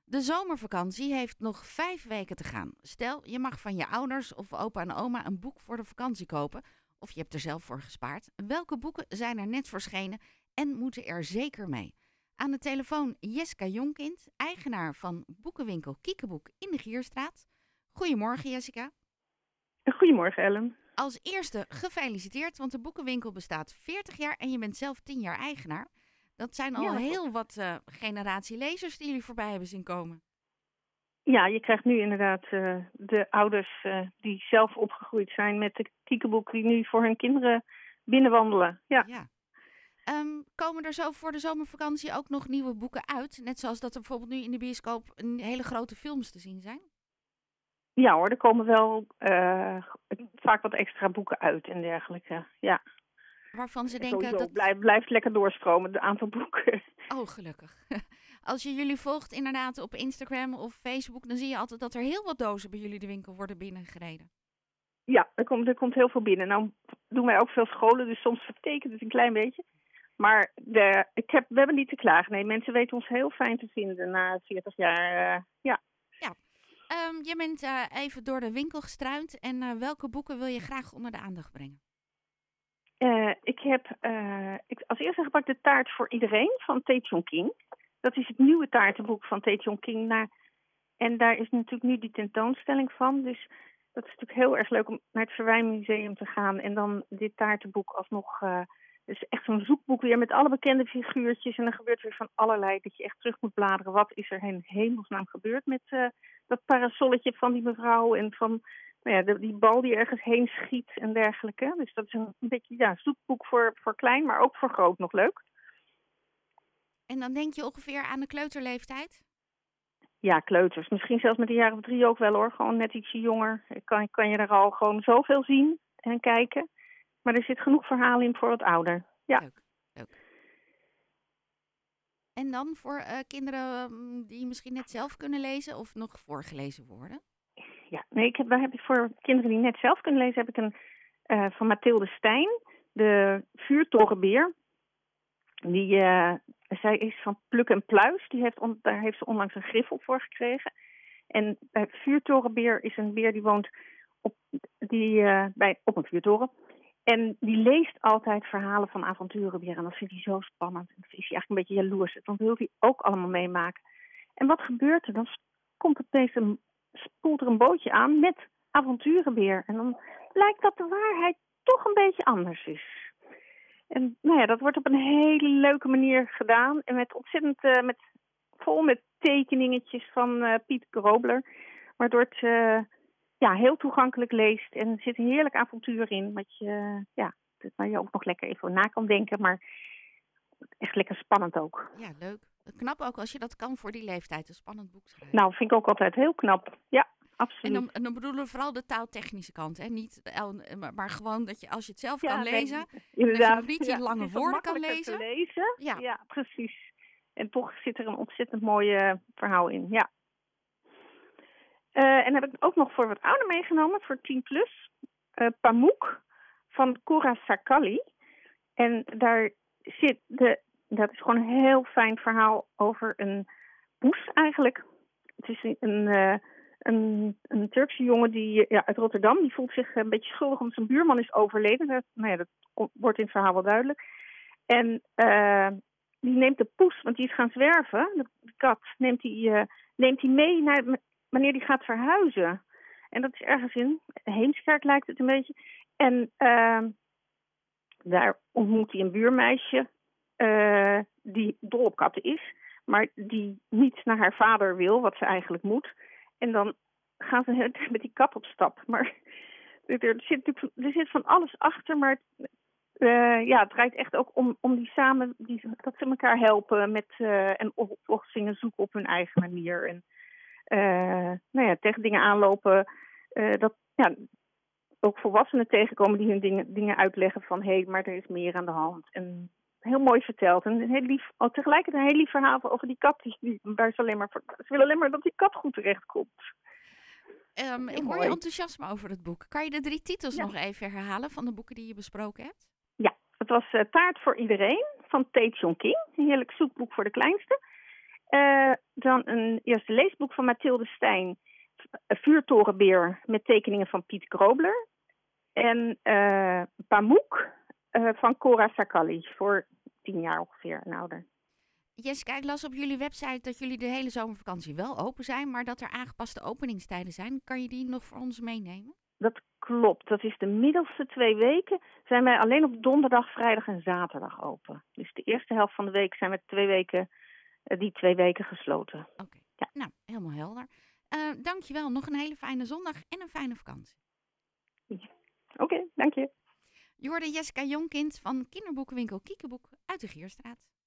De zomervakantie heeft nog 5 weken te gaan. Stel, je mag van je ouders of opa en oma een boek voor de vakantie kopen. Of je hebt er zelf voor gespaard. Welke boeken zijn er net verschenen en moeten er zeker mee? Aan de telefoon Jeska Jonkind, eigenaar van boekenwinkel Kiekeboek in de Gierstraat. Goedemorgen Jessica. Goedemorgen, Ellen. Als eerste gefeliciteerd, want de boekenwinkel bestaat 40 jaar en je bent zelf 10 jaar eigenaar. Dat zijn al heel wat generatie lezers die jullie voorbij hebben zien komen. Ja, je krijgt nu inderdaad de ouders die zelf opgegroeid zijn met de Kiekeboek die nu voor hun kinderen binnenwandelen. Ja. Komen er zo voor de zomervakantie ook nog nieuwe boeken uit? Net zoals dat er bijvoorbeeld nu in de bioscoop een hele grote films te zien zijn? Ja hoor, er komen wel vaak wat extra boeken uit en dergelijke. Ja. Waarvan ze Sowieso denken dat... blijft lekker doorstromen, het aantal boeken. Oh, gelukkig. Als je jullie volgt inderdaad op Instagram of Facebook, dan zie je altijd dat er heel wat dozen bij jullie de winkel worden binnengereden. Ja, er komt heel veel binnen. Nou doen wij ook veel scholen, dus soms vertekent het een klein beetje. Maar we hebben niet te klagen. Nee, mensen weten ons heel fijn te vinden na 40 jaar. Ja. Je bent even door de winkel gestruind en welke boeken wil je graag onder de aandacht brengen? Ik heb als eerste gepakt de taart voor iedereen van Tae King. Dat is het nieuwe taartenboek van Tae King. En daar is natuurlijk nu die tentoonstelling van. Dus dat is natuurlijk heel erg leuk om naar het Verwijnmuseum te gaan. En dan dit taartenboek alsnog... dus echt zo'n zoekboek weer met alle bekende figuurtjes. En er gebeurt weer van allerlei dat je echt terug moet bladeren. Wat is er in hemelsnaam gebeurd met dat parasolletje van die mevrouw en van... die bal die ergens heen schiet en dergelijke. Dus dat is een beetje zoekboek voor klein, maar ook voor groot nog leuk. En dan denk je ongeveer aan de kleuterleeftijd? Ja, kleuters. Misschien zelfs met een jaar of 3 ook wel hoor. Gewoon net ietsje jonger. Kan je er al gewoon zoveel zien en kijken. Maar er zit genoeg verhaal in voor wat ouder. Ja. Leuk. En dan voor kinderen die misschien net zelf kunnen lezen of nog voorgelezen worden? Ja, nee, daar heb ik voor kinderen die net zelf kunnen lezen, heb ik een van Mathilde Stijn, de Vuurtorenbeer. Zij is van Pluk en Pluis. Daar heeft ze onlangs een griffel voor gekregen. En Vuurtorenbeer is een beer die woont op een vuurtoren. En die leest altijd verhalen van avonturenbeer. En dat vindt hij zo spannend. En dat is hij eigenlijk een beetje jaloers. Dat wil hij ook allemaal meemaken. En wat gebeurt er? Dan spoelt er een bootje aan met avonturenbeer. En dan blijkt dat de waarheid toch een beetje anders is. En dat wordt op een hele leuke manier gedaan. En vol met tekeningetjes van Piet Grobler. Waardoor het heel toegankelijk leest. En er zit een heerlijk avontuur in. Waar je ook nog lekker even na kan denken. Maar echt lekker spannend ook. Ja, leuk. Knap ook als je dat kan voor die leeftijd. Een spannend boek schrijven. Nou, vind ik ook altijd heel knap. Ja, absoluut. En dan bedoelen we vooral de taaltechnische kant. Hè? Niet, maar gewoon dat je als je het zelf kan lezen. Inderdaad. Dat je nog niet die lange woorden kan lezen. Te lezen. Ja, precies. En toch zit er een ontzettend mooi verhaal in. Ja. En heb ik ook nog voor wat ouder meegenomen, voor 10 plus. Pamuk van Cora Sakali. En dat is gewoon een heel fijn verhaal over een poes eigenlijk. Het is een Turkse jongen uit Rotterdam. Die voelt zich een beetje schuldig omdat zijn buurman is overleden. Dat wordt in het verhaal wel duidelijk. En die neemt de poes, want die is gaan zwerven. De kat neemt hij mee naar wanneer die gaat verhuizen. En dat is ergens in Heemskerk lijkt het een beetje. En daar ontmoet hij een buurmeisje die dol op katten is, maar die niet naar haar vader wil, wat ze eigenlijk moet. En dan gaan ze met die kat op stap. Maar er zit van alles achter, maar het draait echt ook om die samen, dat ze elkaar helpen en oplossingen zoeken op hun eigen manier. En tegen dingen aanlopen, ook volwassenen tegenkomen die hun dingen uitleggen van maar er is meer aan de hand. En heel mooi verteld. En heel lief, tegelijkertijd een heel lief verhaal over die kat. Ze willen alleen maar dat die kat goed terechtkomt. Ik hoor je enthousiasme over het boek. Kan je de 3 titels nog even herhalen van de boeken die je besproken hebt? Het was Taart voor iedereen van Tae King. Een heerlijk zoekboek voor de kleinste. Dan een eerste leesboek van Mathilde Stijn. Vuurtorenbeer met tekeningen van Piet Grobler. En Pamuk van Cora Sakali voor 10 jaar ongeveer en ouder. Jessica, ik las op jullie website dat jullie de hele zomervakantie wel open zijn, maar dat er aangepaste openingstijden zijn. Kan je die nog voor ons meenemen? Dat klopt. Dat is de middelste 2 weken. Zijn wij alleen op donderdag, vrijdag en zaterdag open. Dus de eerste helft van de week zijn we 2 weken gesloten. Oké. Ja. Nou, helemaal helder. Dankjewel. Nog een hele fijne zondag en een fijne vakantie. Oké, dank je. Je hoorde Jessica Jonkind van kinderboekenwinkel Kiekeboek uit de Gierstraat.